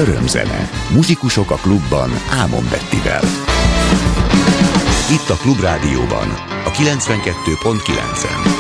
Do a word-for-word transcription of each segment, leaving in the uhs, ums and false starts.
Örömzene. Muzsikusok a klubban Ámon Bettivel. Itt a Klubrádióban, a kilencvenkettő pont kilencen.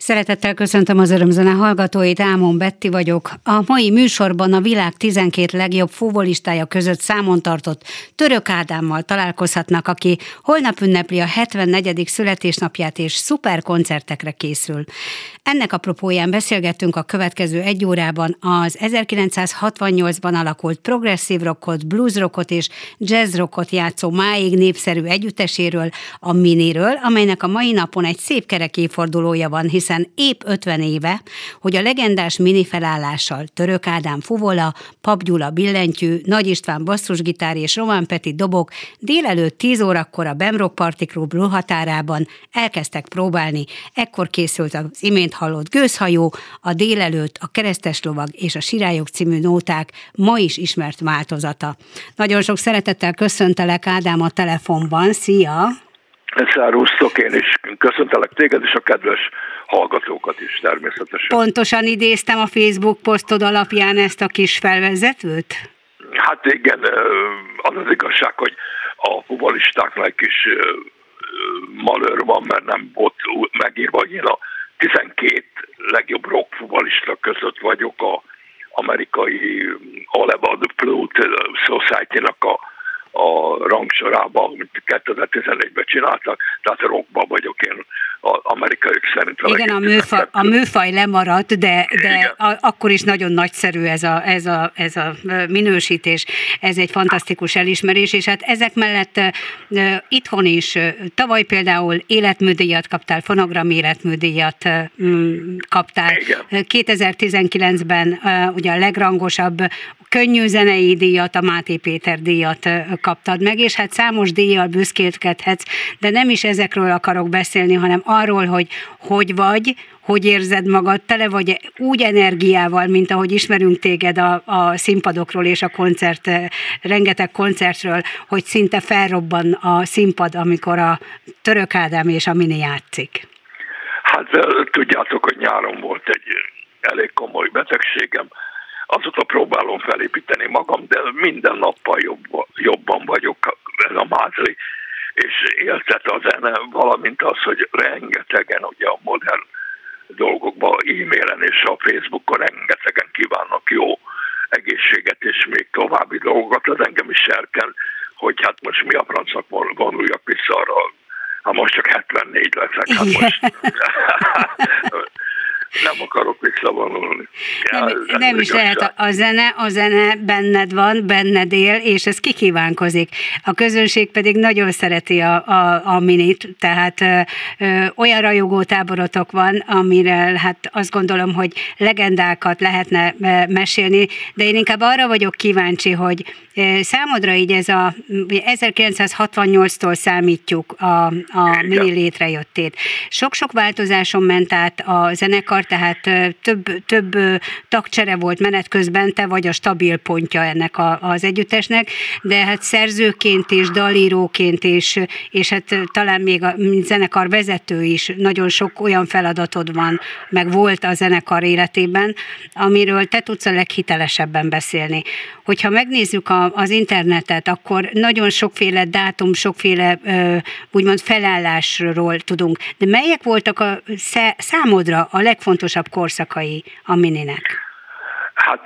Szeretettel köszöntöm az Örömzene hallgatóit, Ámon Betti vagyok. A mai műsorban a világ tizenkét legjobb fúvolistája között számon tartott Török Ádámmal találkozhatnak, aki holnap ünnepli a hetvennegyedik születésnapját és szuperkoncertekre készül. Ennek apropóján beszélgettünk a következő egy órában az ezerkilencszázhatvannyolcban alakult progresszív rockot, blues rockot és jazz rockot játszó máig népszerű együtteséről, a Miniről, amelynek a mai napon egy szép kerek évfordulója van, hiszen épp ötven éve, hogy a legendás Mini felállással Török Ádám fuvola, Pap Gyula billentyű, Nagy István basszusgitár és Román Peti dobok délelőtt tíz órakor a Bemrock Party Club határában elkezdtek próbálni. Ekkor készült az imént hallott Gőzhajó, a Délelőtt, a Keresztes lovag és a Sirályok című nóták ma is ismert változata. Nagyon sok szeretettel köszöntelek, Ádám, a telefonban. Szia! Szárusztok, én is köszöntelek téged, és a kedves hallgatókat is természetesen. Pontosan idéztem a Facebook posztod alapján ezt a kis felvezetőt? Hát igen, az az igazság, hogy a futballistáknál egy kis malőr van, mert nem volt megírva, hogy én a tizenkét legjobb rock futballista között vagyok a amerikai All About the Flute Society-nak a a rangsorában, amit kétezer-tizennégyben csináltak, tehát rockban vagyok én az amerikaiak szerint. Igen, a műfaj, a műfaj lemaradt, de, de a, akkor is nagyon nagyszerű ez a, ez, a, ez a minősítés, ez egy fantasztikus elismerés, és hát ezek mellett uh, itthon is, uh, tavaly például életműdíjat kaptál, fonogram életműdíjat um, kaptál. Igen. kétezer-tizenkilencben uh, ugye a legrangosabb könnyű zenei díjat, a Máté Péter díjat kaptad meg, és hát számos díjjal büszkélkedhetsz, de nem is ezekről akarok beszélni, hanem arról, hogy hogy vagy, hogy érzed magad, tele vagy úgy energiával, mint ahogy ismerünk téged a, a színpadokról és a koncert, rengeteg koncertről, hogy szinte felrobban a színpad, amikor a Török Ádám és a Mini játszik. Hát tudjátok, hogy nyáron volt egy elég komoly betegségem, azóta próbálom felépíteni magam, de minden nappal jobb, jobban vagyok, ez a mázli, és éltet a zene, valamint az, hogy rengetegen ugye a modern dolgokban, e-mailen és a Facebookon rengetegen kívánnak jó egészséget és még további dolgokat, az engem is serken, hogy hát most mi a francnak vonuljak vissza arra, hát most csak hetvennégy leszek, hát most nem akarok visszavonulni. Nem, ja, nem is lehet, a, a zene, a zene benned van, benned él, és ez kikívánkozik. A közönség pedig nagyon szereti a, a, a Minit, tehát ö, ö, olyan rajongó táborotok van, amire hát azt gondolom, hogy legendákat lehetne mesélni, de én inkább arra vagyok kíváncsi, hogy számodra így ez a ezerkilencszázhatvannyolctól számítjuk a, a Mini létrejöttét. Sok-sok változáson ment át a zenekar, tehát több, több tagcsere volt menet közben, te vagy a stabil pontja ennek a, az együttesnek, de hát szerzőként és dalíróként és, és hát talán még a zenekar vezető is nagyon sok olyan feladatod van, meg volt a zenekar életében, amiről te tudsz a leghitelesebben beszélni. Hogyha megnézzük a, az internetet, akkor nagyon sokféle dátum, sokféle úgymond felállásról tudunk. De melyek voltak a számodra a legfontosabb korszakai a Mininek? Hát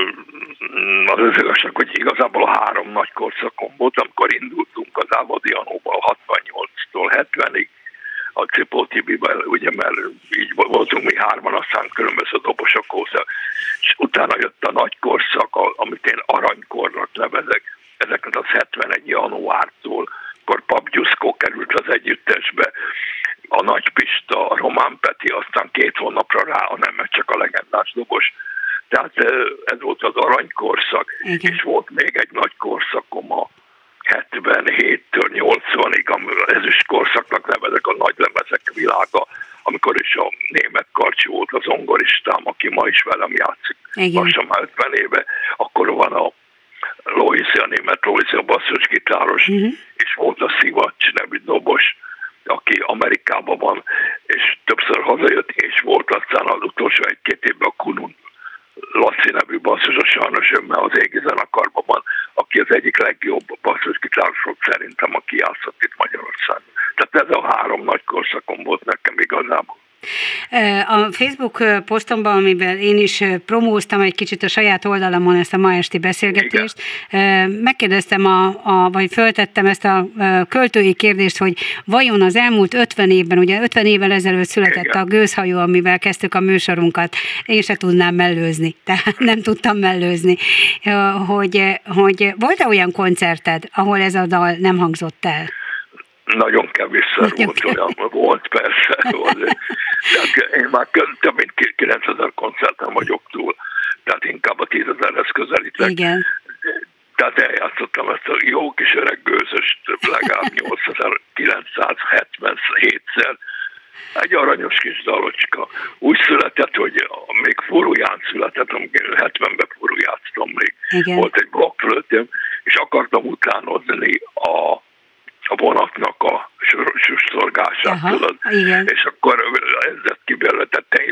az az igazság, hogy igazából a három nagy korszakon volt, amikor indultunk az Ávadianóban hatvannyolctól hetvenig, a Cipó Tibiben, ugye, mert így voltunk mi hárman, aztán különböző dobosok hozzá, és utána jött a nagy korszak, amit én aranykornak nevezek, ezeket az hetvenegy januártól, akkor Pap Gyuszkó került az együttesbe, a Nagy Pista, a Román Peti, aztán két hónapra rá a nem, csak a legendás dobos. Tehát ez volt az aranykorszak, igen. És volt még egy nagy korszakom a hetvenhéttől nyolcvanig, az ezüst korszaknak nevezek, a nagy lemezek világa, amikor is a német Karcsi volt az zongoristám, aki ma is velem játszik, lassan már ötven éve, akkor van a Loisi, a német Loisi, a basszusgitáros, uh-huh. és volt a Szivacs nevű dobos, aki Amerikában van, és többször hazajött, és volt aztán az utolsó egy-két évben a Kunun Laci nevű basszus, sajnos ő már az égi zenekarban van, aki az egyik legjobb basszusgitárosok szerintem, aki játszott itt Magyarországon. Tehát ez a három nagy korszakon volt nekem igazából. A Facebook posztomban, amiben én is promóztam egy kicsit a saját oldalamon ezt a ma esti beszélgetést, igen, megkérdeztem, a, a, vagy föltettem ezt a költői kérdést, hogy vajon az elmúlt ötven évben, ugye ötven évvel ezelőtt született igen. a Gőzhajó, amivel kezdtük a műsorunkat, én se tudnám mellőzni, tehát nem tudtam mellőzni, hogy, hogy volt-e olyan koncerted, ahol ez a dal nem hangzott el? Nagyon kevésszer volt olyan, volt persze. Volt. De én már több mint kilencezer koncerten vagyok túl, tehát inkább a tízezerhez közelítek. Igen. Tehát eljátszottam ezt a jó kis öreg gőzöst legalább nyolcezer-kilencszázhetvenhétszer. Egy aranyos kis dalocska. Úgy született, hogy még furuján született, amikor hetvenben furujáztam még. Igen. Volt egy blokkflötém, és akartam utánozni a a vonatnak a suszorgását, tudod. És akkor ez lett ki belőle,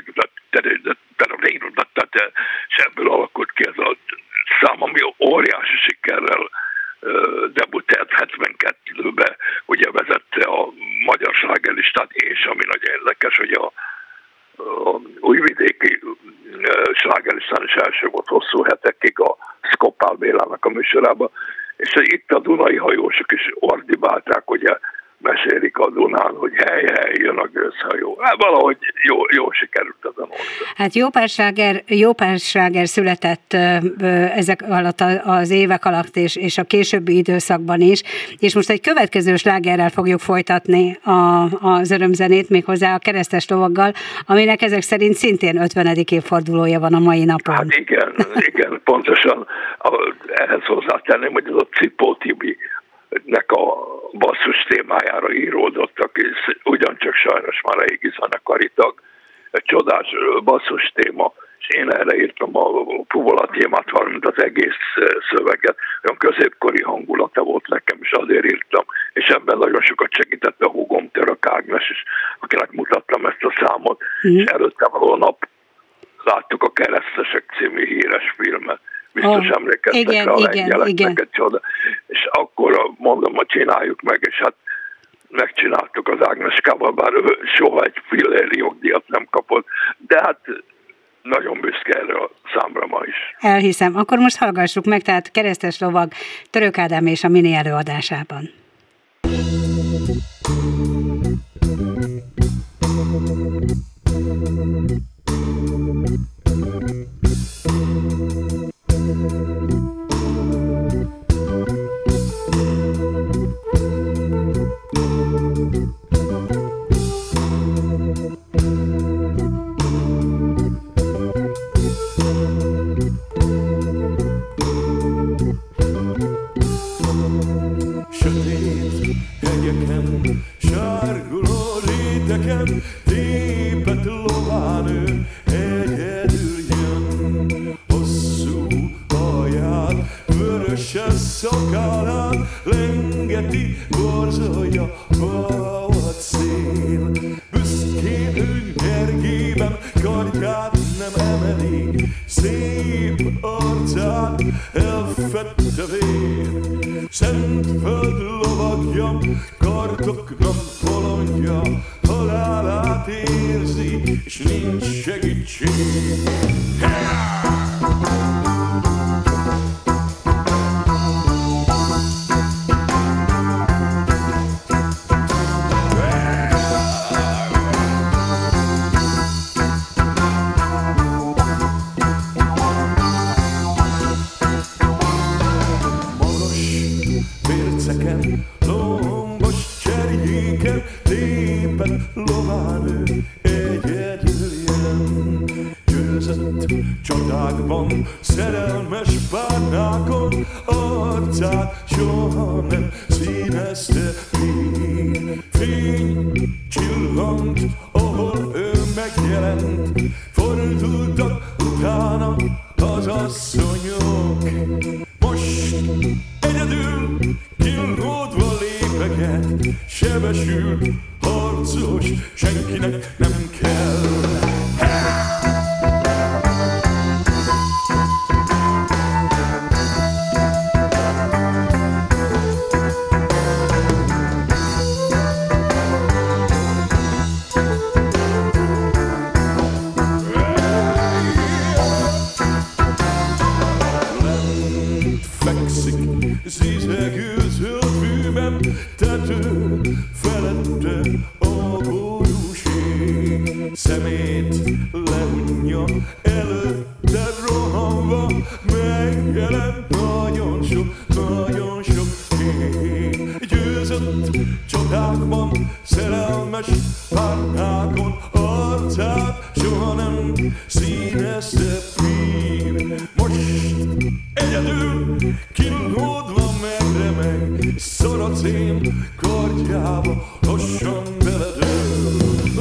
és ebből alakult ki ez a szám, ami óriási sikerrel debutált hetvenkettőben, ugye vezette a magyar slágerlistát, és ami nagyon érdekes, hogy a, a újvidéki slágerlistán is első volt hosszú hetekig a Szkopál Bélának a műsorában, és itt a Dunai hajósok is ordibálták, ugye mesélik a Dunán, hogy hely, hely, jön a Gőzhajó. Hát valahogy jó, jó sikerült ez a nóta. Hát jó pár sláger, jó pár sláger született ezek alatt az évek alatt, és, és a későbbi időszakban is, és most egy következő slágerrel fogjuk folytatni a, az örömzenét, méghozzá a Keresztes lovaggal, aminek ezek szerint szintén ötvenedik évfordulója van a mai napon. Hát igen, igen, pontosan ehhez hozzátenném, hogy ez a Cipó Tibi nek a basszus témájára íródottak, és ugyancsak sajnos már régi zenekari tag, egy csodás basszus téma, és én erre írtam a Puvola témát, valamint az egész szöveget, olyan középkori hangulata volt nekem, és azért írtam, és ebben nagyon sokat segített a húgom Török Ágnes is, akinek mutattam ezt a számot, mm. és előtte való nap láttuk a Keresztesek című híres filmet, biztos oh, emlékeztek igen, rá a lengyeleknek egy csoda. És akkor mondom, hogy csináljuk meg, és hát megcsináltuk az Ágneskával, bár ő soha egy filléri jogdíjat nem kapott, de hát nagyon büszke erre a számra ma is. Elhiszem. Akkor most hallgassuk meg, tehát Keresztes lovag Török Ádám és a Mini előadásában. Tépet lován ő egyedül jön, hosszú haját, vöröses szakálát lengeti, borzolja a vad szél. Büszkén ő nyergében kardját nem emeli, szép arcát elfedte vér. Szentföld lovagja, kardoknak bolondja, halálát érzi, és nincs segítség. Csodákban, szerelmes párnákon, arcát soha nem színezte fény. Fény csillant, ahol ő megjelent, fordultak utána az asszonyok. Most egyedül kilódva lépeget, sebesült, harcos, senkinek nem kell. párnákon arcát soha nem színezte fény. Most egyedül kilódva megremeg, szaracén kardjába lassan beledől.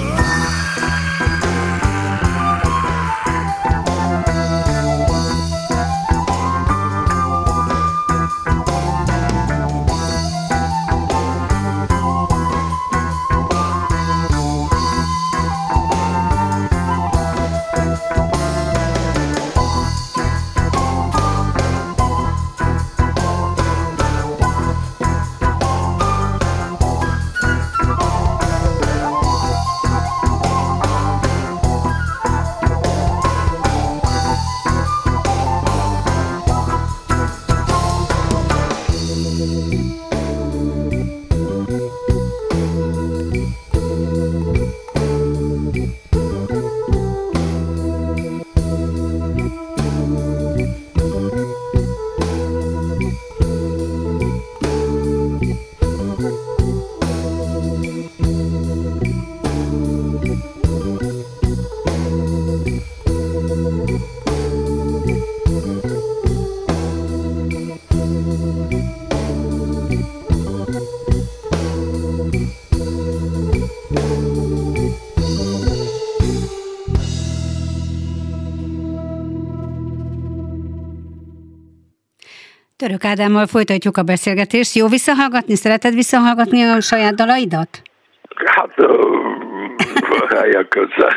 Török Ádámmal folytatjuk a beszélgetést. Jó visszahallgatni? Szereted visszahallgatni a saját dalaidat? Hát helyek közben.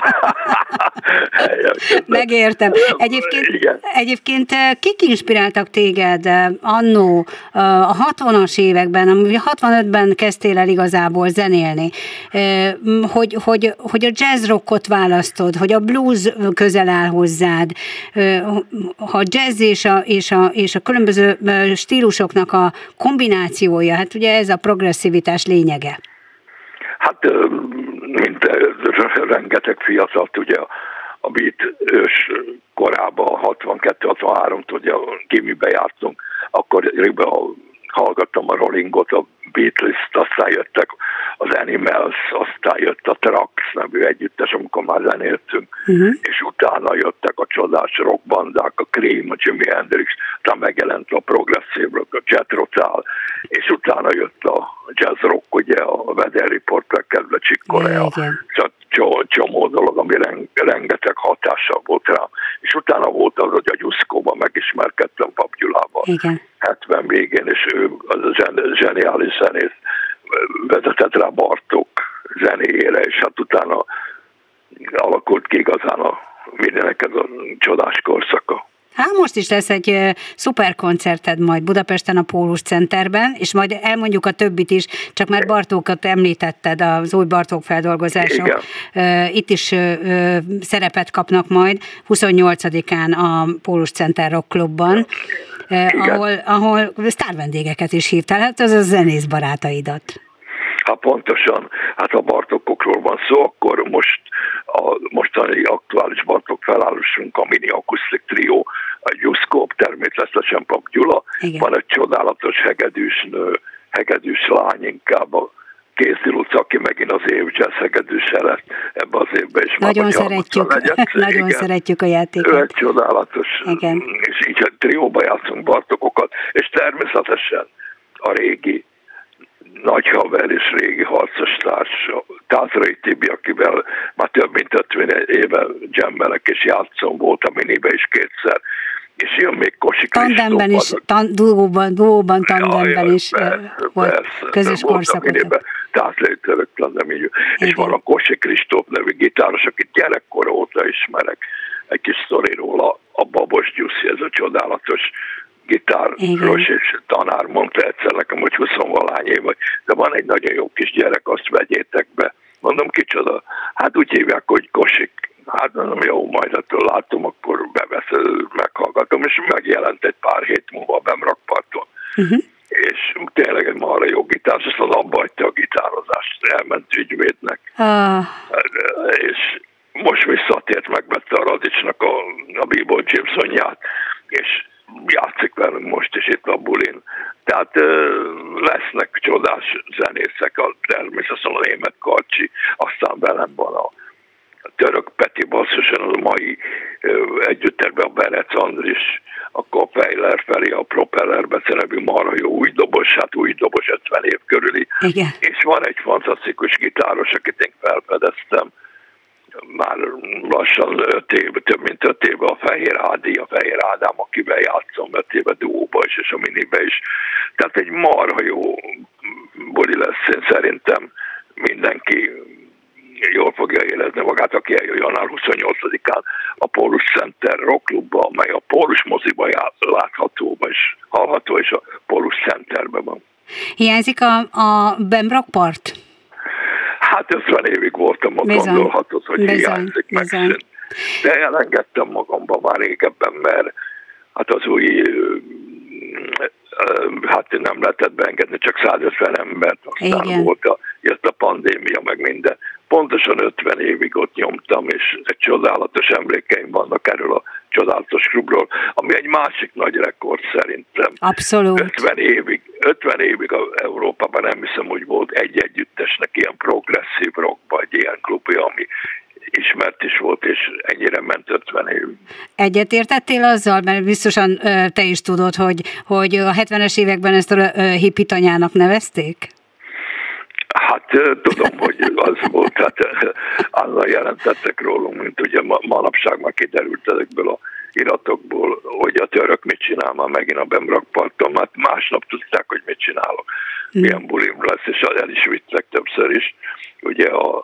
Megértem. Egyébként, egyébként kik inspiráltak téged annó a hatvanas években, ami hatvanötben kezdtél el igazából zenélni, hogy, hogy, hogy a jazz rockot választod, hogy a blues közel áll hozzád, ha a jazz és a, és, a, és a különböző stílusoknak a kombinációja, hát ugye ez a progresszivitás lényege. Hát, mint rengeteg fiatalt, ugye a beat ős korában, hatvankettő hatvanháromtól ugye gimibe jártunk, akkor régben hallgattam a Rollingot, a Beatles-t, aztán jöttek az Animals, aztán jött a Trucks nevű együttes, amikor már zenéltünk, uh-huh. és utána jöttek a csodás rockbandák, a Cream, a Jimi Hendrix, utána megjelent a progresszív rock, a Jethro Tull, és utána jött a jazz rock, ugye a Weather Report-tel kezdve Chick Corea, csak csomó dolog, ami rengeteg hatással volt rám. És utána volt az, hogy a Gyuszkóban megismerkedtem Pap Gyulával. Igen. hetven végén, és ő az a zsen, zseniális zenész vezetett rá Bartók zenéjére, és hát utána alakult ki igazán a mindenek ez a csodás korszaka. Hát most is lesz egy uh, szuper koncerted majd Budapesten a Pólus Centerben, és majd elmondjuk a többit is, csak már Bartókat említetted, az új Bartók feldolgozások. Uh, itt is uh, uh, szerepet kapnak majd huszonnyolcadikán a Pólus Center Rock Klubban, uh, ahol, ahol sztárvendégeket is hívtál, hát az a zenész barátaidat. Hát pontosan, hát ha Bartókokról van szó, akkor most a mostani aktuális Bartók felállásunk, a mini akusztik trió, a Gyuszkó, természetesen Pap Gyula, igen. Van egy csodálatos hegedűs nő, hegedűs lány inkább, a Kézi Luca, aki megint az év jazz hegedűse lett ebbe az évben is. Nagyon szeretjük, nagyon igen. szeretjük a játékot. Ő egy csodálatos, igen. És így egy trióba játszunk Bartókokat, és természetesen a régi nagy haver és régi harcostárs, Tátrai Tibi, akivel már több mint ötven éve jammelek és játszom, volt a minibe is kétszer, és jön még Kossi Kristóf. Tandemben is, tan, duóban, duóban, tandemben ja, is persze, volt persze, közös korszakot. Tátrai török tandeményű. És van a Kossi Kristóf nevű gitáros, akit gyerekkor óta ismerek. Egy kis sztori róla, a Babos Gyuszi, ez a csodálatos gitáros és tanár mondta egyszer nekem, hogy huszonvalány év vagy, de van egy nagyon jó kis gyerek, azt vegyétek be. Mondom, kicsoda? Hát úgy hívják, hogy Kosik. Hát mondom, jó, majd ettől látom, akkor bevesz, meghallgatom, és megjelent egy pár hét múlva a Bemrakparton. Uh-huh. És tényleg egy marha jó gitáros, aztán abba hagyta a gitározást, elment ügyvédnek. Uh. És most visszatért, megvette a Radicsnak a, a B-Boy Gibsonját, és játszik velünk most is itt a bulin. Tehát lesznek csodás zenészek, természetesen a német Karcsi, aztán velem van a török Peti basszuson, a mai együtterben a Berec Andris, akkor a Fejler Feri, a Propeller becenevű marha jó új dobos, hát új dobos ötven év körüli. Igen. És van egy fantasztikus gitáros, akit én felfedeztem, már lassan öt év, több mint öt éve a Fehér Ádi, a Fehér Ádám, akivel játszom öt éve duóba is, és a minibe is. Tehát egy marha jó buli lesz, én szerintem mindenki jól fogja érezni magát, aki eljön január huszonnyolcadikán a Pólus Center rockklubba, amely a Pólus moziban látható, és hallható, és a Pólus Centerben van. Hiányzik a, a Bemrock part? Hát ötven évig voltam, ott gondolhatod, hogy bizony, hiányzik meg. De elengedtem magamba már régebben, mert hát az új, hát nem lehetett beengedni, csak százötven embert, aztán igen. Volt a, jött a pandémia, meg minden. Pontosan ötven évig ott nyomtam, és egy csodálatos emlékeim vannak erről a csodálatos klubról, ami egy másik nagy rekord szerintem. Abszolút. ötven évig, ötven évig a Európában nem hiszem, hogy volt egy együttesnek ilyen progresszív rockba, egy ilyen klubja, ami ismert is volt, és ennyire ment ötven évig. Egyetértettél azzal, mert biztosan te is tudod, hogy, hogy a hetvenes években ezt a hippitanyának nevezték? Hát tudom, hogy az volt, hát azzal jelentettek rólunk, mint ugye manapság már kiderült ezekből a iratokból, hogy a török mit csinál már megint a Bemrock parton, hát másnap tudták, hogy mit csinálok, milyen bulim lesz, és el is vittek többször is. Ugye a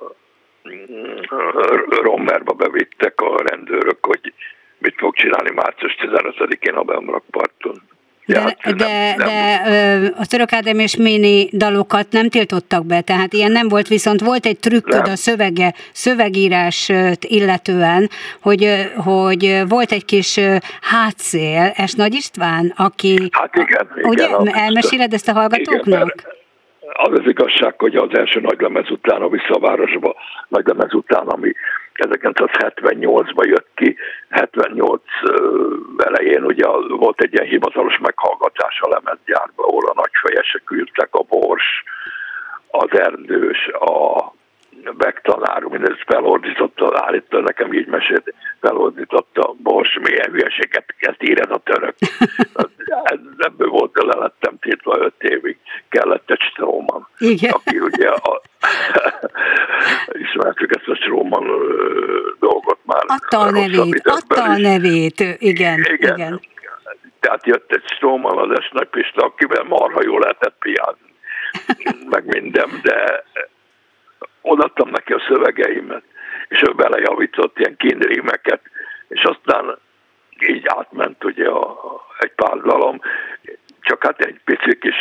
Rommerba bevittek a rendőrök, hogy mit fog csinálni március tizenötödikén a Bemrock parton. De, hát, de, nem, de nem. a Török Ádám és Mini dalokat nem tiltottak be, tehát ilyen nem volt, viszont volt egy trükköd nem. a szövege, szövegírás illetően, hogy, hogy volt egy kis hátszél, Es Nagy István, aki... Hát igen, igen. Ugye, Az, elmeséled ezt a hallgatóknak? Igen, az az igazság, hogy az első nagylemez után, a Visszavárosba nagylemez után, ami ezerkilencszázhetvennyolcban jött ki, hetvennyolc elején ugye volt egy ilyen hivatalos meghallgatás a lemezgyárban, ahol a nagyfejesek ültek, a Bors, az Erdős, a Beck-tanár, mindezt felordította, állítta, nekem így mesélt, felordította, Bors, milyen hülyeséget ezt ír ez a török. Ebből volt, le lettem tiltva öt évig, kellett egy Stroman, aki ugye a, ismertük ezt a Stroman dolgot már. Adta a nevét, adta a nevét, igen, igen. igen. Tehát jött egy Stroman, az Es Nagy Pista, akivel marha jól lehetett piázni, meg minden, de odaadtam neki a szövegeimet, és ő belejavított ilyen kínrímeket, és aztán így átment ugye a, egy pár dalom, csak hát egy pici kis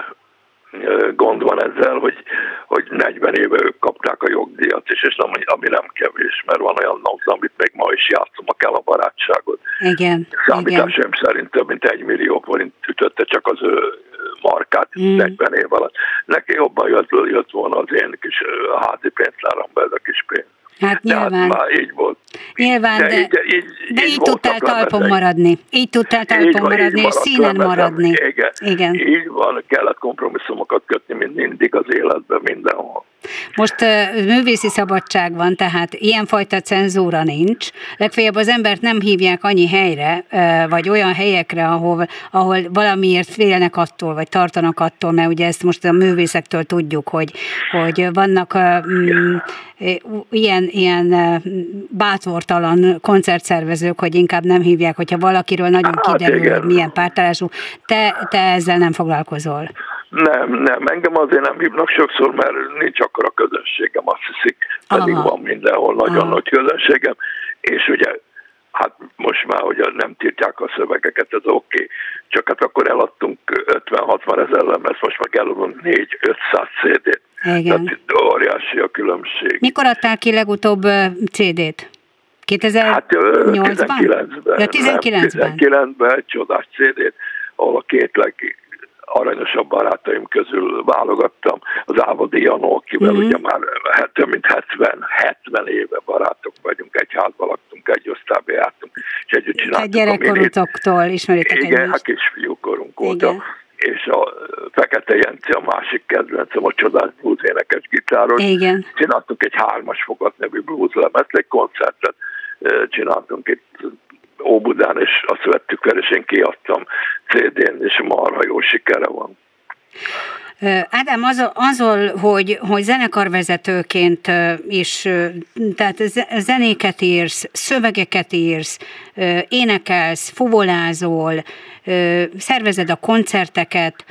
gond van ezzel, hogy, hogy negyven éve ők kapták a jogdíjat is, és ami, ami nem kevés, mert van olyan nap, amit még ma is játszom, a Kell a barátságot. Igen. Számításaim szerint több mint egy millió forint ütötte csak az ő markát mm. negyven év alatt. Neki jobban jött, jött volna az én kis házi pénztáramban ez a kis pénz. Hát nyilván. Már így volt. Nyilván, de, de így, így, de így, így tudtál talpon maradni. Így tudtál talpon maradni, és színen maradni. Igen, Igen. Így van, kellett kompromisszumokat kötni, mint mindig az életben, mindenhol. Most uh, művészi szabadság van, tehát ilyenfajta cenzúra nincs. Legfeljebb az embert nem hívják annyi helyre, uh, vagy olyan helyekre, ahol, ahol valamiért félnek attól, vagy tartanak attól, mert ugye ezt most a művészektől tudjuk, hogy, hogy vannak uh, mm, ilyen, ilyen uh, bátortalan koncertszervezők, hogy inkább nem hívják, hogyha valakiről nagyon hát, kiderül, igen. hogy milyen pártállású. Te, te ezzel nem foglalkozol. Nem, nem, engem azért nem hívnak sokszor, mert nincs akkora közönségem, azt hiszik, pedig Aha. van mindenhol nagyon Aha. nagy közönségem, és ugye, hát most már ugye nem tiltják a szövegeket, ez oké, okay. Csak hát akkor eladtunk ötven-hatvan ezer lemez, most meg eladunk négy-ötszáz cé dét. Igen. Tehát óriási a különbség. Mikor adtál ki legutóbb cé dét? kétezer-nyolcban? Hát tizenkilencben. Ja, tizenkilencben. tizenkilencben egy csodás cé dét, ahol a két leg aranyosabb barátaim közül válogattam az Ávodi Janó, akivel mm-hmm. ugye már több mint hetven, hetven éve barátok vagyunk, egy házban laktunk, egy osztályba jártunk, és együtt csináltuk a gyerekkorotoktól ismeritek egymást. Igen, egymást. hát kisfiúkorunk óta. És a Fekete Jenci a másik kedvencem, a csodás blues énekes gitáros. Igen. Csináltunk egy hármas fogat nevű blues lemezt, egy koncertet csináltunk itt Óbudán, és azt vettük fel, és én kiadtam cé dén, és marha jó sikere van. Ádám, azon, azon hogy, hogy zenekarvezetőként is, tehát zenéket írsz, szövegeket írsz, énekelsz, fuvolázol, szervezed a koncerteket,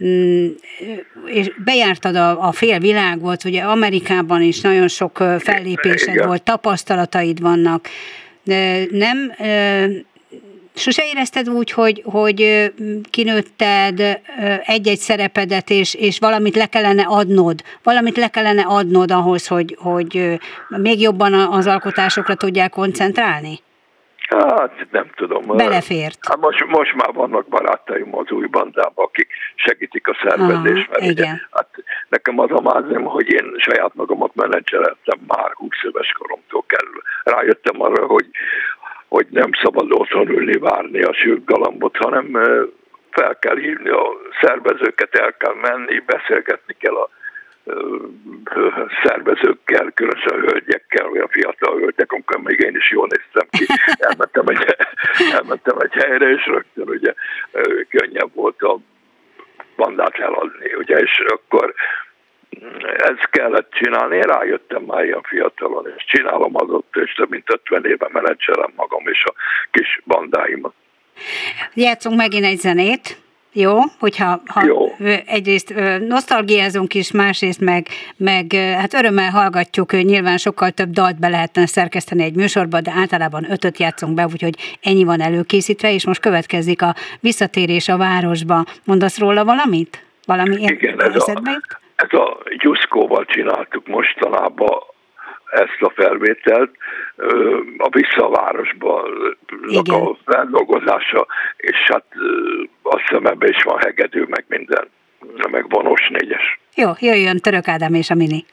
és bejártad a, a fél világot, ugye Amerikában is nagyon sok fellépésed Igen. volt, tapasztalataid vannak. Nem... Sose érezted úgy, hogy, hogy kinőtted egy-egy szerepedet, és, és valamit le kellene adnod, valamit le kellene adnod ahhoz, hogy, hogy még jobban az alkotásokra tudják koncentrálni? Hát nem tudom. Belefért. Hát most, most már vannak barátaim az új bandában, akik segítik a szervezést. Aha, mert ugye, hát nekem az a mázem, hogy én saját magamat menedzseltem már húsz éves koromtól kerül. Rájöttem arra, hogy hogy nem szabad otthon ülni, várni a sült galambot, hanem fel kell hívni a szervezőket, el kell menni, beszélgetni kell a szervezőkkel, különösen a hölgyekkel, vagy a fiatal hölgyek, amikor még én is jól néztem ki, elmentem egy, elmentem egy helyre, és rögtön ugye könnyebb volt a bandát eladni, ugye, és akkor ezt kellett csinálni, én rájöttem már ilyen fiatalon, és csinálom azóta, és több mint ötven éve menedzselem magam és a kis bandáimat. Játszunk megint egy zenét, jó? Hogyha ha jó. Egyrészt nosztalgiázunk is, másrészt meg, meg hát örömmel hallgatjuk, nyilván sokkal több dalt be lehetne szerkeszteni egy műsorba, de általában ötöt játszunk be, úgyhogy ennyi van előkészítve, és most következik a Visszatérés a városba. Mondasz róla valamit? Valami Igen, ez a, ez a Gyuszkóval csináltuk mostanában ezt a felvételt, a Vissza a városba a feldolgozása, és hát azt hiszem ebben is van hegedű, meg minden, meg vonós négyes. Jó, jöjjön Török Ádám és a Mini.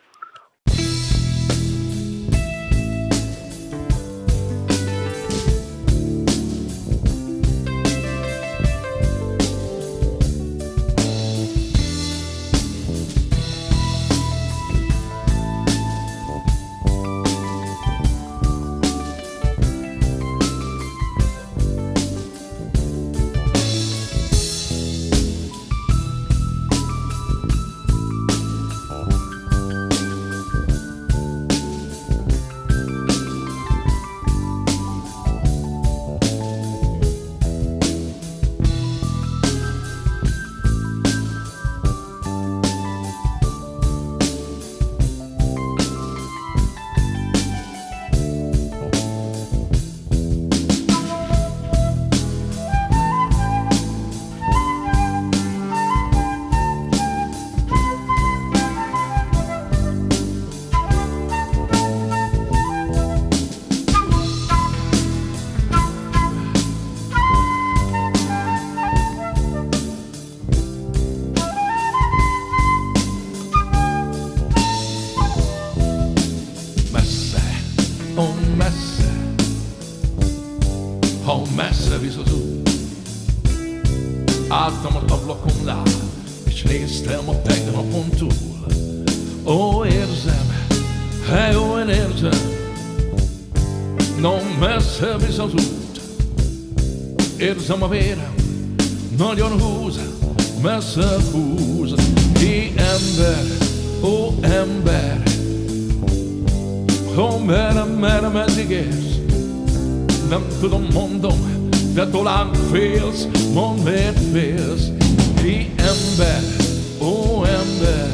Álltam a ablakon lá, és néztem a tegnapon túl. Ó, érzem, hát jó, én érzem, no messze visz az út. Érzem a vérem, nagyon húz, messze húz. Ki ember, ó ember, ó merem, merem, eddig érsz. Nem tudom, mondom, de talán félsz, mondd, miért félsz. Ki ember, ó ember,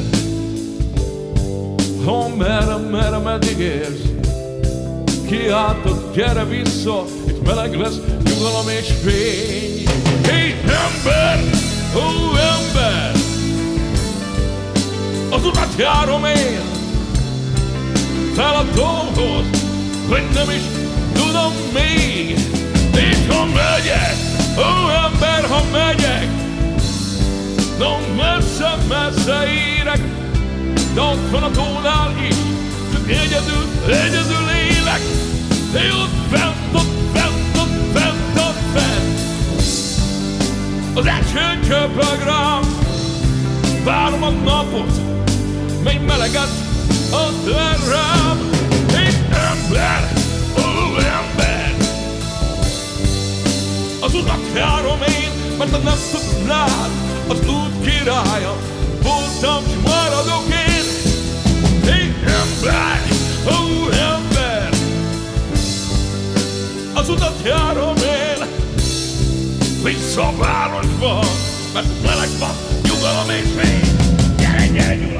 ó merem, merem, eddig érsz. Kiáltod, gyere vissza, itt meleg lesz, nyugalom és fény. Ki ember, ó ember, az utat járom én, fel a dolghoz, hogy nem is tudom még. És ha megyek, ó ember, ha megyek, no messze-messze érek, de ott van a tónál is, csak egyedül, egyedül élek. Én ott fent, ott fent, ott fent, ott fent, az esőn csöpög, várom a napot, mely meleget ad rám. Én ember, ó ember, az utat járom én, mert ha nem tudnád, az út királya voltam, s maradok én. Én ember, ó ember, az utat járom én, vissza a városba, mert meleg van, nyugalom és fény. Gyere, gyere, nyugalom!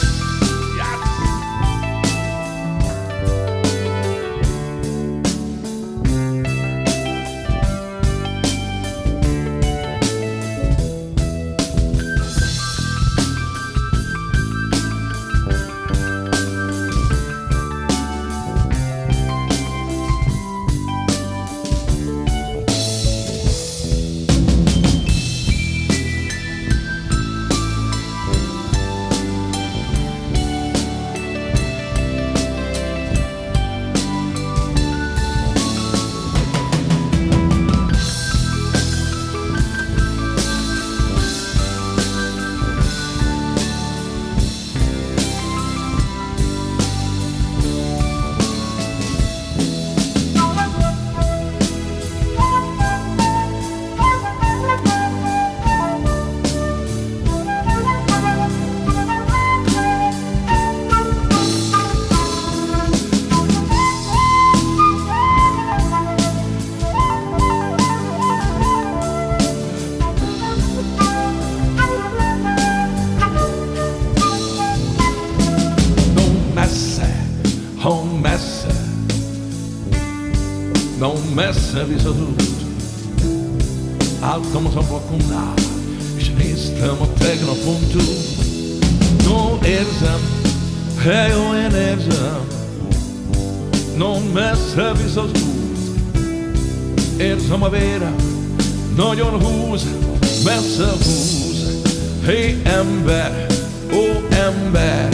Messze visz az út, álltam az ablakonnál, és néztem a tegnapon túl. No, érzem, hely, jó, én érzem, no, messze visz az út. Érzem a vérem, nagyon húz, messze húz. Hé, ember, ó, ember,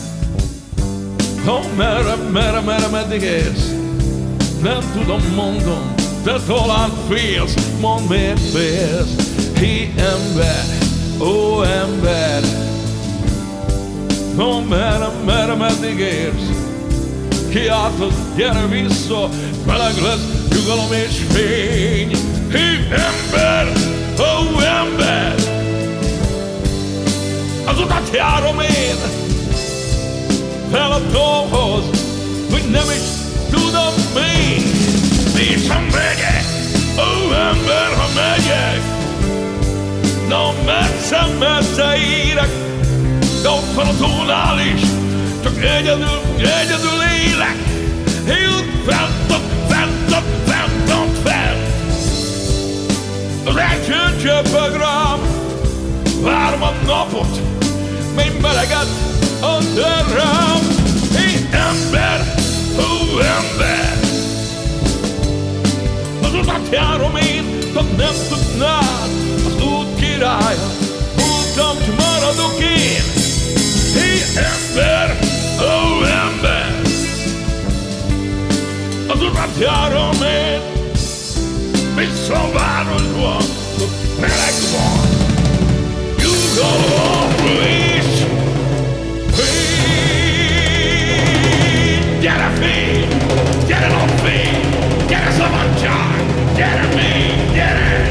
oh, merre, merre, merre, meddig érsz? Nem tudom, mondom, de talán félsz, mondd, miért félsz. Hé, ember, ó, ember, no, merre, merre, meddig érsz? Kiáltod, gyere vissza, meleg lesz, nyugalom és fény. Hé, ember, ó, ember, az utat járom én, fel a tóhoz, hogy nem is tudom még, és ha megyek, ó ember, ha megyek, no messze-messze érek, de ott van a tónál is, csak egyedül, egyedül élek. Én ott fent, ott fent, ott fent, ott fent, az eső csöpög rám, várom a napot, mely meleget ad rám. Én ember, ó ember, az utat járom én, ha nem tudnád, az út királya voltam, s maradok én. Hé ember, ó ember, az utat járom én, vissza a városba, ott meleg van, nyugalom és fény. Gyere fény, gyere napfény, gyere szabadság, gyere még, gyere!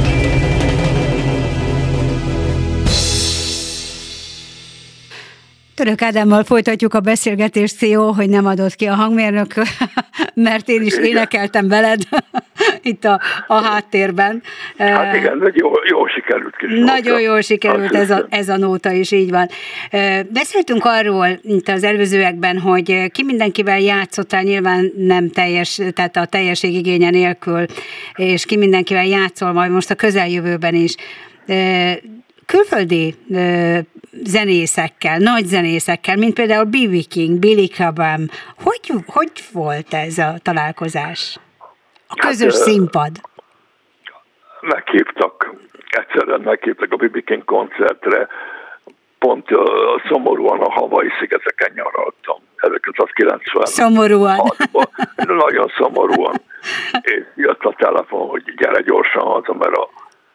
Török Ádámmal folytatjuk a beszélgetést, Ció, hogy nem adott ki a hangmérnök, mert én is énekeltem veled itt a, a háttérben. Hát igen, jól, jól sikerült kis Nagyon nóta. Jól sikerült ez a, ez a nóta is, így van. Beszéltünk arról itt az előzőekben, hogy ki mindenkivel játszottál, nyilván nem teljes, tehát a teljesség igénye nélkül, és ki mindenkivel játszol majd most a közeljövőben is. Külföldi zenészekkel, nagy zenészekkel, mint például bé bé King, Billy Cobham. Hogy, hogy volt ez a találkozás? A közös hát, színpad. Meghívtak egyszerűen meghívtak a bé bé King koncertre, pont uh, szomorúan a Hawaii-szigeteken nyaraltam. ezerkilencszázkilencven. Szomorúan. Nagyon szomorúan. És jött a telefon, hogy gyere gyorsan haza, mert a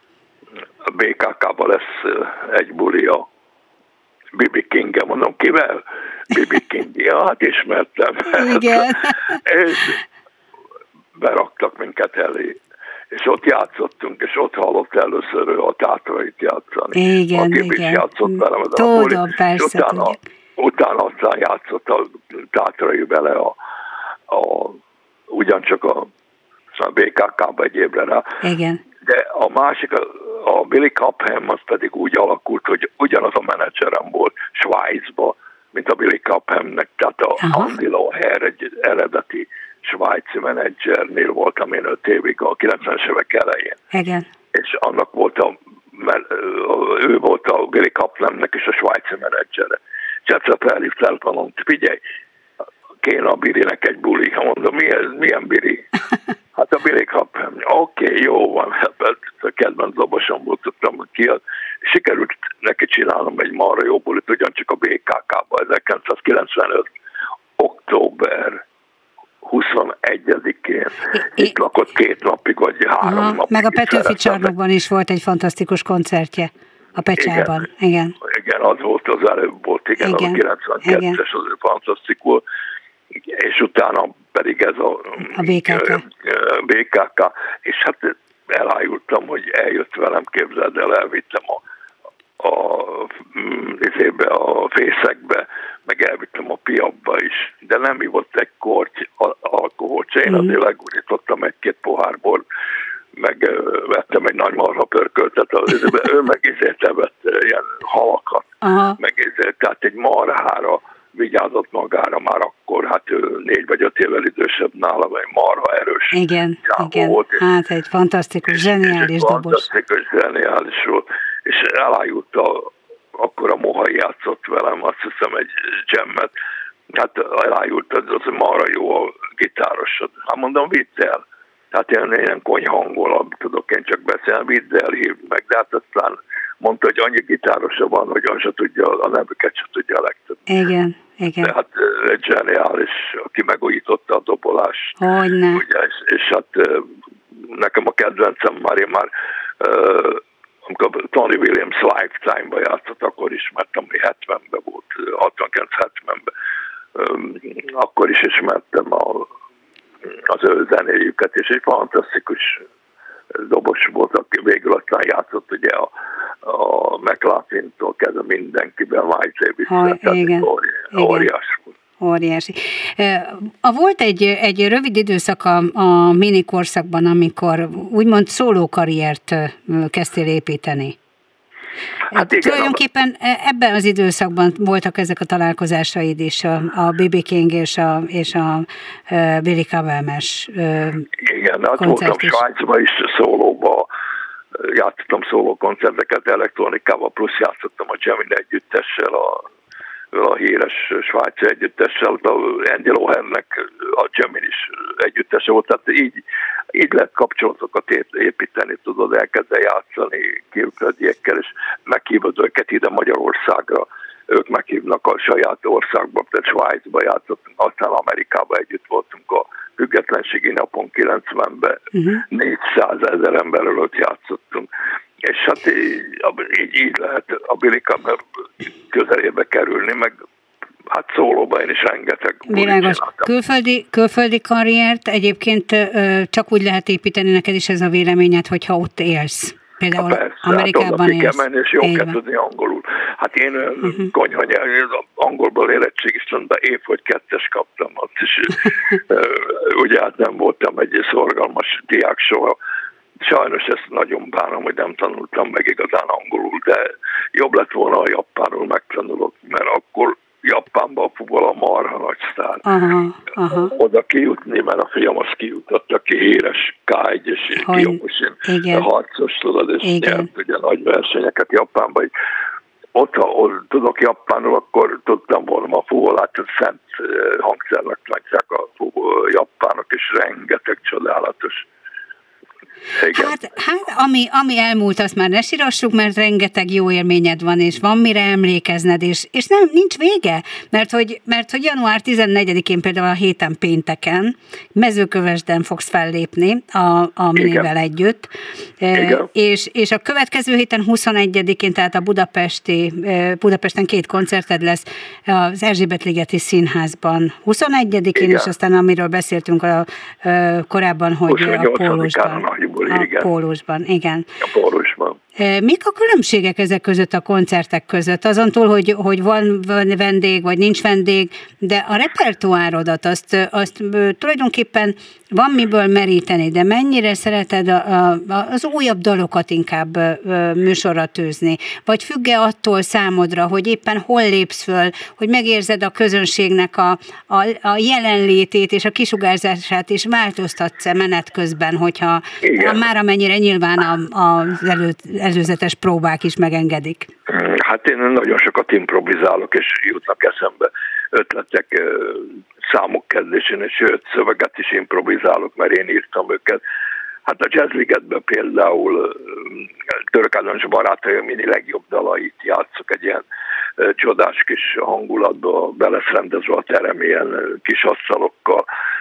bé ká ká-ban lesz egy buli a bé bé King-en. Mondom, kivel? bé bé King. Ja, hát ismertem. Igen. És beraktak minket elé. És ott játszottunk, és ott hallott először ő a Tátrait játszani. Igen, Aki igen. is játszott velem. Tudom, persze. És utána, utána aztán játszott a Tátrai vele a, a, ugyancsak a, a bé ká ká-ba egy évre rá. Igen. De a másik, a, a Billy Cobham, az pedig úgy alakult, hogy ugyanaz a menedzserem volt Svájcban, mint a Billy Cobhamnek, tehát a Aha. Andy Loher, egy eredeti svájci menedzsernél voltam én öt évig a kilencvenes évek elején. Igen. És annak volt a, mert ő volt a Billy Cobhamnek is a svájci menedzsere. És egyszer felhívtál, mondom, figyelj, kéne a Billynek egy buli. Ha mondom, milyen, milyen Billy? Hát a Billy Cobham. Oké, okay, jó van, a kedvenc dobosom volt, tudtam ki. Sikerült neki csinálnom egy marha jó bulit, ugyancsak a bé ká ká-ba ezerkilencszázkilencvenöt. október huszonegyedikén. Itt lakott két napig, vagy három Aha, napig. Meg a Petőfi csarnokban is volt egy fantasztikus koncertje. A Pecsában. Igen. Igen. Igen, az volt az előbb volt, igen, igen. A kilencvenkettes, az fantasztikus. És utána pedig ez a, a bé ká ká. bé ká ká. És hát elájultam, hogy eljött velem, képzeld el, elvittem a a, izébe, a fészekbe, meg elvittem a piabba is, de nem ivott egy korty alkoholt, én mm. azért legurítottam egy-két pohárból, meg uh, vettem egy nagy marha pörköltet az izébe, ő meg izért evett ilyen halakat, Aha. meg izért, tehát egy marhára vigyázott magára már akkor, hát ő négy vagy öt évvel idősebb nálam, egy marha erős. Igen, igen, volt, hát egy fantasztikus, zseniális dobos. Fantasztikus, zseniális volt. És elájult a, akkor a Mohai játszott velem, azt hiszem egy jammet, hát elájult, az, az marra jó a gitárosod. Hát mondom, vidd el. Hát én ilyen konyhangol, tudok én csak beszélni, vidd el, hívd meg. De hát aztán mondta, hogy annyi gitárosa van, hogy az se tudja, a nevüket se tudja a legtöbb. Igen, igen. De hát egy zseniális, aki megújította a dobolást. Hogyne. Ugye, és, és hát nekem a kedvencem már, én már amikor Tony Williams Lifetime-ba játszott, akkor ismertem, hogy hetvenben volt, hatvankilenc-hetvenben. Akkor is ismertem a, az ő zenéjüket, és egy fantasztikus dobos volt, aki végül aztán játszott ugye a, a McLaughlin-tól kezdve mindenkiben, Miles Davis-től, tehát óriás volt. Óriási. A volt egy, egy rövid időszak a, a mini korszakban, amikor úgymond szólókarriert kezdtél építeni. Hát igen, tulajdonképpen ebben az időszakban voltak ezek a találkozásaid is, a, a bé bé King és a, és a Billy Cobham-es igen, hát voltam Svájcban is szólóba, játszottam szólókoncerteket elektronikával, plusz játszottam a Gemini együttessel, a a híres svájci együttessel, a Andy Lohernek a Gemini is együttese volt, tehát így, így lehet kapcsolatokat építeni, tudod, elkezdeni játszani külföldiekkel, és meghívod őket ide Magyarországra, ők meghívnak a saját országba, tehát Svájcba játszottunk, aztán Amerikában együtt voltunk a függetlenségi napon kilencvenben, uh-huh. négyszázezer ember előtt játszottunk. És hát így, így, így lehet a Billy Cobham közelébe kerülni, meg hát szólóban én is rengeteg. Világos. Külföldi, külföldi karriert egyébként csak úgy lehet építeni, neked is ez a véleményed, hogyha ott élsz. Például persze, Amerikában hát élsz. Menni, és jól kell tudni angolul. Hát én uh-huh. konyhanyelv, angolból érettségisztantban év, hogy kettes kaptam. Azt is, ugye hát nem voltam egy szorgalmas diák soha. Sajnos ezt nagyon bánom, hogy nem tanultam meg igazán angolul, de jobb lett volna, a japánul megtanulok, mert akkor Japánban a fuvola marha nagy sztár. Aha, aha. Oda kijutni, mert a fiam az kijutott, aki híres ká egy és Kyokushin harcos, tudod, és igen. nyert ugye nagy versenyeket Japánban. Ott, ha tudok japánul, akkor tudtam volna a fuvolát, szent hangszernek látják a japánok, és rengeteg csodálatos Igen. Hát, hát ami, ami elmúlt, azt már ne sírassuk, mert rengeteg jó élményed van, és van mire emlékezned, és, és nem, nincs vége, mert hogy, mert hogy január tizennegyedikén például a héten pénteken Mezőkövesden fogsz fellépni a, a Minivel együtt, Igen. és, és a következő héten huszonegyedikén, tehát a budapesti, Budapesten két koncerted lesz az Erzsébet-ligeti Színházban huszonegyedikén, Igen. és aztán amiről beszéltünk a, a, korábban, hogy a Pólusban. A Pólusban, igen. A Pólusban. Mik a különbségek ezek között a koncertek között? Azon túl, hogy, hogy van vendég, vagy nincs vendég, de a repertoárodat azt, azt tulajdonképpen van miből meríteni, de mennyire szereted a, a, az újabb dalokat inkább műsorra tűzni? Vagy függ-e attól számodra, hogy éppen hol lépsz föl, hogy megérzed a közönségnek a, a, a jelenlétét és a kisugárzását, és változtatsz-e menet közben, hogyha Igen. már amennyire nyilván az elő, előzetes próbák is megengedik? Hát én nagyon sokat improvizálok, és jutnak eszembe ötletek, számok kezdésén, és sőt, szöveget is improvizálok, mert én írtam őket. Hát a Jazzligetben például Török Általános Barátai Mini legjobb dalait játszok egy ilyen csodás kis hangulatba, be lesz rendezve a terem ilyen kis asztalokkal,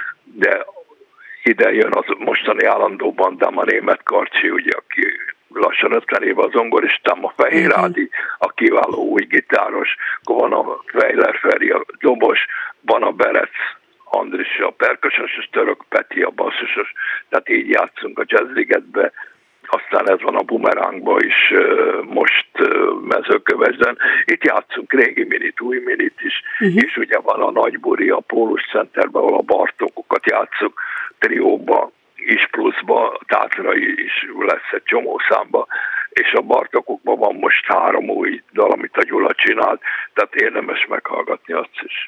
de ide jön az mostani állandó bandám, a Német Karcsi, ugye, aki lassan ötven éve a zongoristám, a Fehér Ádi, a kiváló új gitáros, akkor van a Fejler Feri, a dobos, van a Berec Andris, a percussos, és Török Peti, a basszusos, tehát így játszunk a Jazzligetbe. Aztán ez van a Bumerangban is most Mezőkövesden. Itt játszunk régi minit, új minit is, uh-huh. és ugye van a Nagyburi, a Pólus Centerben, ahol a Bartókokat játszunk trióba, is pluszba, Tátrai is lesz egy csomó számba, és a Bartókokban van most három új dal, amit a Gyula csinált, tehát érdemes meghallgatni azt is.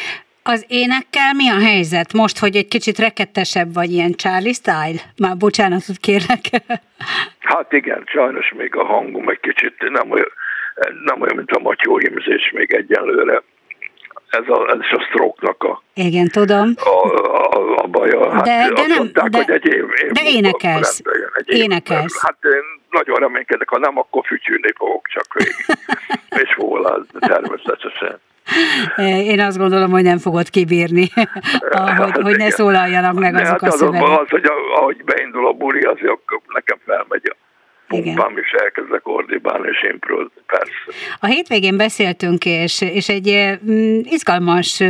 Az énekkel mi a helyzet? Most, hogy egy kicsit rekettesebb vagy, ilyen Charlie style? Már bocsánatot kérlek. Hát igen, sajnos még a hangom egy kicsit nem olyan, nem olyan mint a Matyó hímzés még egyenlőre. Ez, a, ez is a stroke-nak a, igen, tudom. a, a, a baja. Hát de, de nem, mondták, de, hogy egy év, év de énekelsz. Egy énekelsz. Hát én nagyon reménykedek, ha nem, akkor fütyülni fogok csak végig. És hol természetesen. Én azt gondolom, hogy nem fogod kibírni, hogy, hát hogy ne szólaljanak meg azok hát a szövegek. Az, hogy ahogy beindul a buli, azért akkor nekem felmegy a pumpám, és elkezdek ordibálni, és improvizni, persze. A hétvégén beszéltünk, és, és egy izgalmas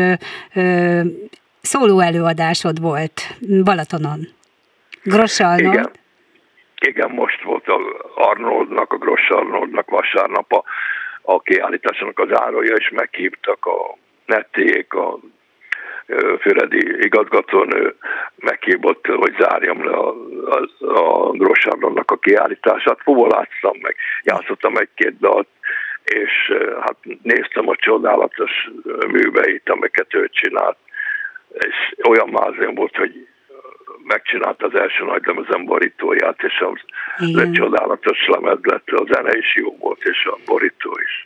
szóló előadásod volt Balatonon. Gross Arnold. Igen. Igen, most volt a Arnoldnak, a Gross Arnoldnak vasárnap a a kiállításnak az árója, és meghívtak a Nettiék, a Füredi igazgatónő meghívott, hogy zárjam le a, a, a Gross Arnoldnak a kiállítását. Fuvoláztam meg, játszottam egy-két dalt, és hát néztem a csodálatos műveit, amiket ő csinált, és olyan mázém volt, hogy megcsinálta az első nagylemezen borítóját, és az, az egy csodálatos lemez lett, a zene is jó volt, és a borító is.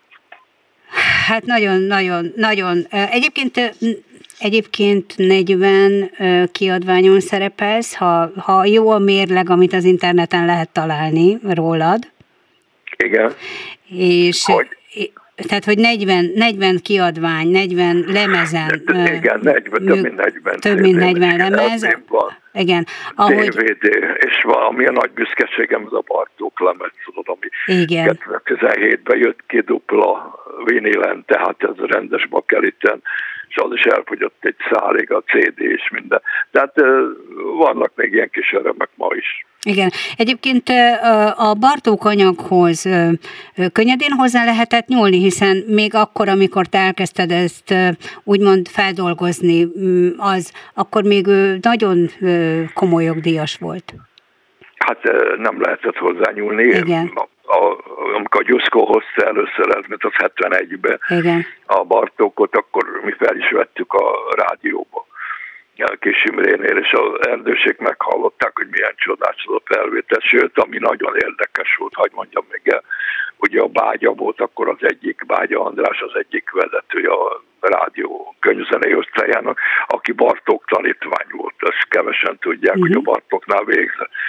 Hát nagyon, nagyon, nagyon. Egyébként, egyébként negyven kiadványon szerepelsz, ha, ha jó a mérleg, amit az interneten lehet találni rólad. Igen. És... Hogy? Tehát, hogy negyven, negyven kiadvány, negyven lemezen. Igen, negyven, több mint negyven. Több mint negyven lemez. Igen. Ahogy... dé vé dé, és valami a nagy büszkeségem, ez a Bartók lemez, tudod, ami kétezer-tizenhétben jött ki dupla vinilen, tehát ez a rendes bakeliten, és az is elfogyott egy szálig a cé dé és minden. Tehát vannak még ilyen kis örömek ma is. Igen. Egyébként a Bartók anyaghoz könnyedén hozzá lehetett nyúlni, hiszen még akkor, amikor te elkezdted ezt úgymond feldolgozni, az akkor még nagyon komoly jogdíjas volt. Hát nem lehetett hozzá nyúlni. Igen. A, a, amikor a Gyuszkó hozta először, ez mint az hetvenegyben Igen. a Bartókot, akkor mi fel is vettük a rádióba. A Kis Imrénél, és az erdőség meghallották, hogy milyen csodás az a felvétel, sőt, ami nagyon érdekes volt, hogy mondjam még el, ugye a Bágya volt akkor az egyik, Bágya András az egyik vezetője a rádió könyvzenei osztályának, aki Bartók tanítvány volt, ezt kevesen tudják, uh-huh. hogy a Bartóknál végzett.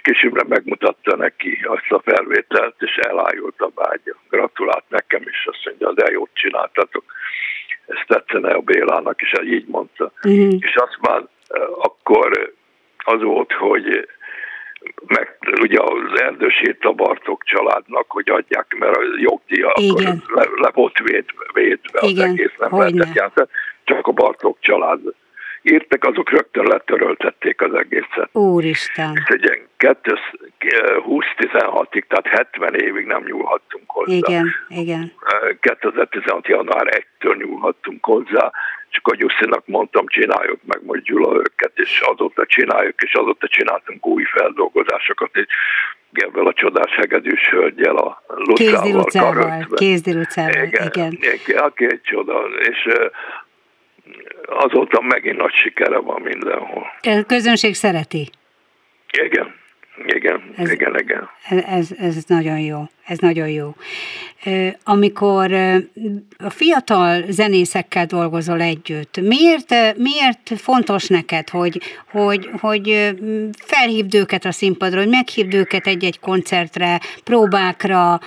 későbbre megmutatta neki azt a felvételt, és elájult a vágya. Gratulált nekem is, azt mondja, de jót csináltatok. Ez tetszene a Bélának, és így mondta. Uh-huh. És azt már akkor az volt, hogy meg ugye az Erdősét a Bartók családnak, hogy adják, mert a jogdíja akkor le, le volt védve, védve az egész, nem lehetett játszani, csak a Bartók család írtak, azok rögtön letöröltették az egészet. Úristen! És egy ilyen kétezer-húsz-tizenhatig, tehát hetven évig nem nyúlhattunk hozzá. Igen, igen. kétezer-tizenhat január elsejétől nyúlhattunk hozzá, csak a Gyuszinak mondtam, csináljuk meg majd Gyula őket, és azóta csináljuk, és azóta csináltunk új feldolgozásokat, és ebben a csodás hegedűs hölgyel, a Lucával, Kézdi Lucával, igen. igen. igen aki egy csoda, és azóta megint nagy sikere van mindenhol. A közönség szereti? Igen, igen, ez, igen, igen. Ez, ez nagyon jó, ez nagyon jó. Amikor a fiatal zenészekkel dolgozol együtt, miért, miért fontos neked, hogy, hogy, hogy felhívd őket a színpadra, hogy meghívd őket egy-egy koncertre, próbákra,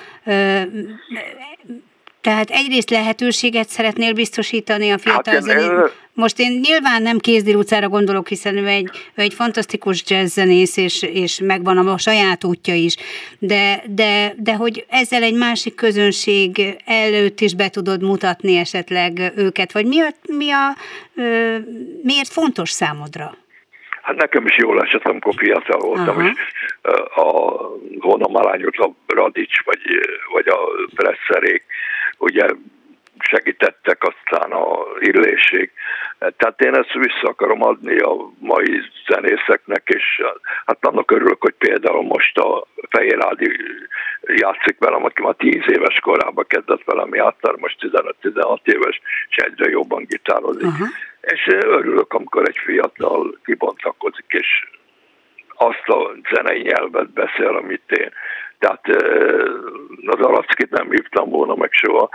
tehát egyrészt lehetőséget szeretnél biztosítani a fiatal hát zenésznek. Most én nyilván nem Kézdi Lucára gondolok, hiszen ő egy, ő egy fantasztikus jazzzenész, és, és megvan a saját útja is, de, de, de hogy ezzel egy másik közönség előtt is be tudod mutatni esetleg őket, vagy mi a, mi a, miért fontos számodra? Hát nekem is jól esett, amikor fiatal voltam, aha, és a Hónamalányot, a Radics, vagy, vagy a Presszerék, ugye segítettek, aztán a Illéség. Tehát én ezt vissza akarom adni a mai zenészeknek, és hát annak örülök, hogy például most a Fehér Ádi játszik velem, aki már tíz éves korában kezdett velem játszani, most tizenöt-tizenhat éves, és egyre jobban gitározik. Uh-huh. És örülök, amikor egy fiatal kibontakozik, és azt a zenei nyelvet beszél, amit én. Tehát az Alackit nem hívtam volna meg soha,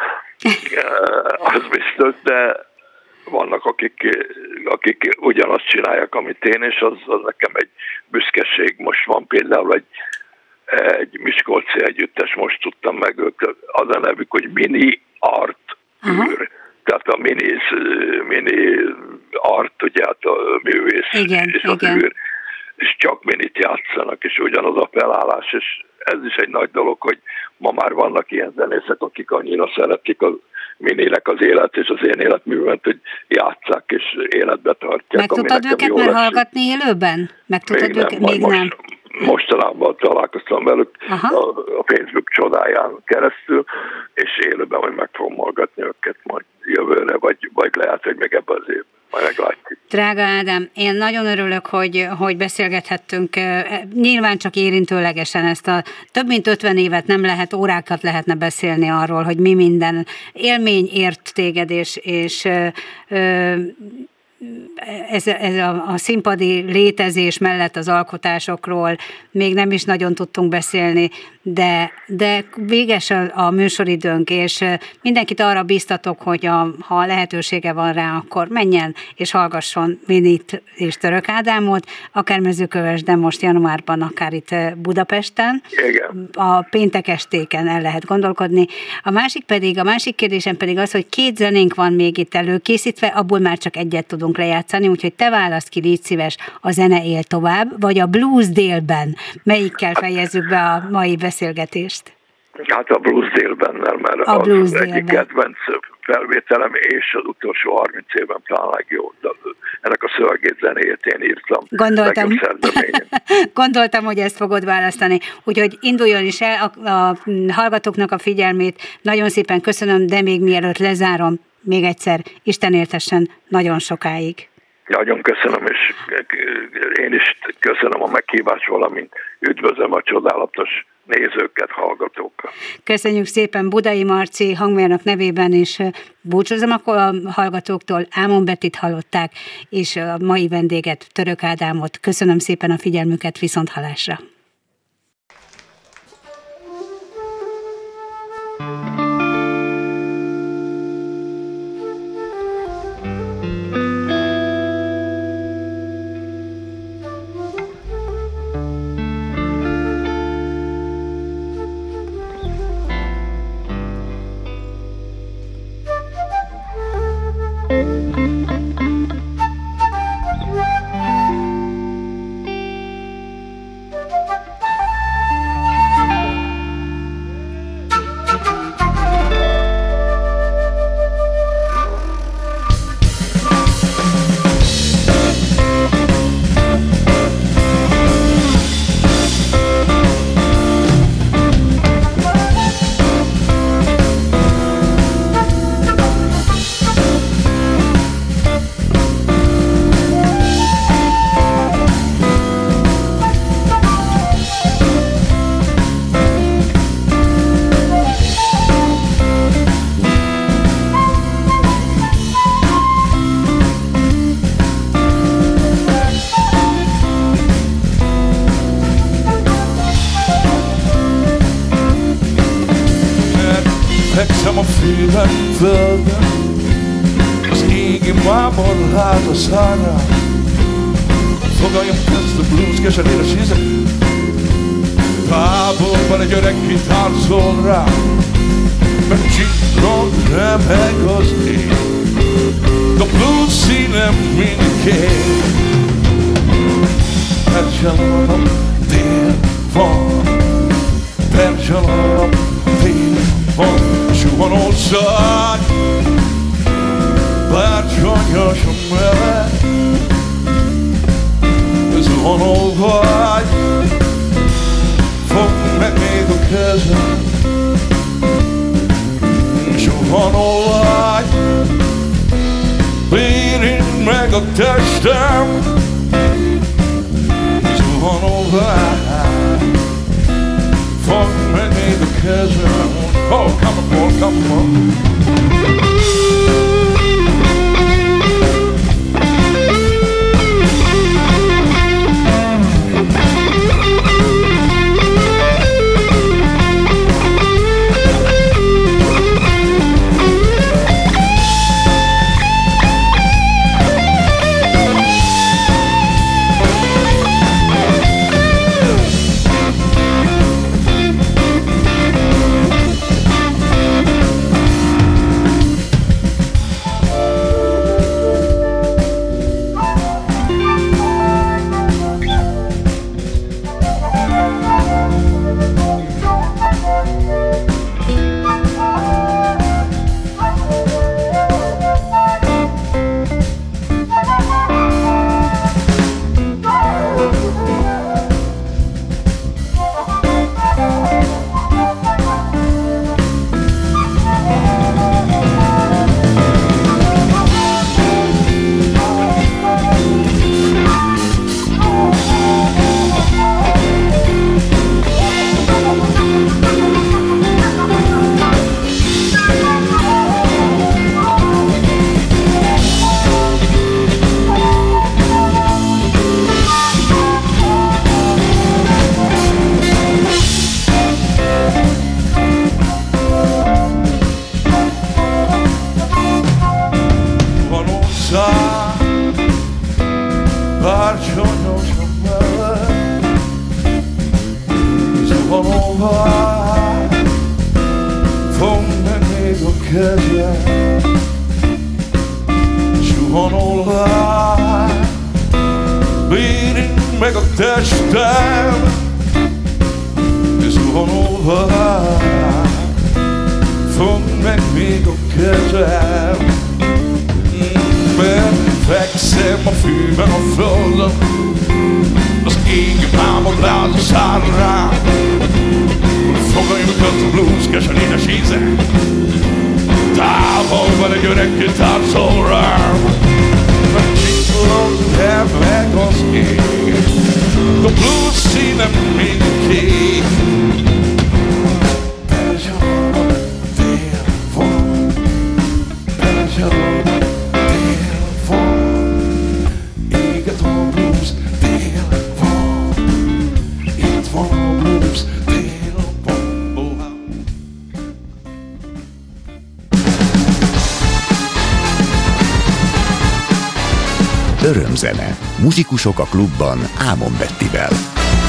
az biztos, de vannak, akik, akik ugyanazt csinálják, amit én, és az, az nekem egy büszkeség. Most van például egy, egy miskolci együttes, most tudtam meg ők, az a nevük, hogy Mini Art űr. Tehát a mini, mini art, ugye hát a művész, igen, és az igen. űr, és csak minit játszanak, és ugyanaz a felállás, és ez is egy nagy dolog, hogy ma már vannak ilyen zenészek, akik annyira szeretik a mininek az élet és az én életművet, hogy játsszák és életbe tartják. Meg tudtad őket már hallgatni élőben? Meg tudtad még őket? Nem, még most, nem. Mostanában találkoztam velük a, a Facebook csodáján keresztül, és élőben majd meg fogom hallgatni őket majd jövőre, vagy, vagy lehet, hogy még ebben az évben. Majd meglátjuk. Drága Ádám, én nagyon örülök, hogy, hogy beszélgethettünk. Nyilván csak érintőlegesen ezt a több mint ötven évet nem lehet, órákat lehetne beszélni arról, hogy mi minden élmény ért téged, és, és ö, ez, ez a, a színpadi létezés mellett az alkotásokról még nem is nagyon tudtunk beszélni, de, de véges a, a műsoridőnk, és mindenkit arra biztatok, hogy a, ha lehetősége van rá, akkor menjen és hallgasson Minit és Török Ádámot, akár Mezőköves, de most januárban, akár itt Budapesten. Igen. A péntek estéken el lehet gondolkodni. A másik pedig, a másik kérdésem pedig az, hogy két zenénk van még itt előkészítve, abból már csak egyet tudunk lejátszani, úgyhogy te válaszd ki, légy szíves, a Zene él tovább, vagy a Blues délben. Melyikkel fejezzük be a mai beszélgetést? Hát a Blues délben, mert a az blues egyik délben. kedvenc felvételem, és az utolsó harminc évben talán legjobb. Ennek a szövegét, zenéjét én írtam. Gondoltam, gondoltam, hogy ezt fogod választani. Úgyhogy induljon is el a, a hallgatóknak a figyelmét. Nagyon szépen köszönöm, de még mielőtt lezárom, még egyszer, Isten éltessen nagyon sokáig. Nagyon köszönöm, és én is köszönöm a meghívást, valamint üdvözlöm a csodálatos nézőket, hallgatókat. Köszönjük szépen Budai Marci hangmérnök nevében, és búcsúzom akkor a hallgatóktól. Ámon Bettit hallották, és a mai vendéget, Török Ádámot. Köszönöm szépen a figyelmüket, viszonthallásra. fűben, földön, az égi mámor hát a szára. Fogaljam közt a blues keserédes íze, távolban egy öreg gitár szól rá, mert csillog remeg az ég, a blues színem mindig kék. Percsalom, dél van, percsalom, dél van, suhanó szágy, bárcsonyosan meleg, zuhanó vágy, fogd meg még a kezem, zuhanó vágy, érint meg a testem, zuhanó vágy, fogd meg még a kezem. Oh, come on, come on. Örömzene. Muzsikusok a klubban Ámon Bettivel.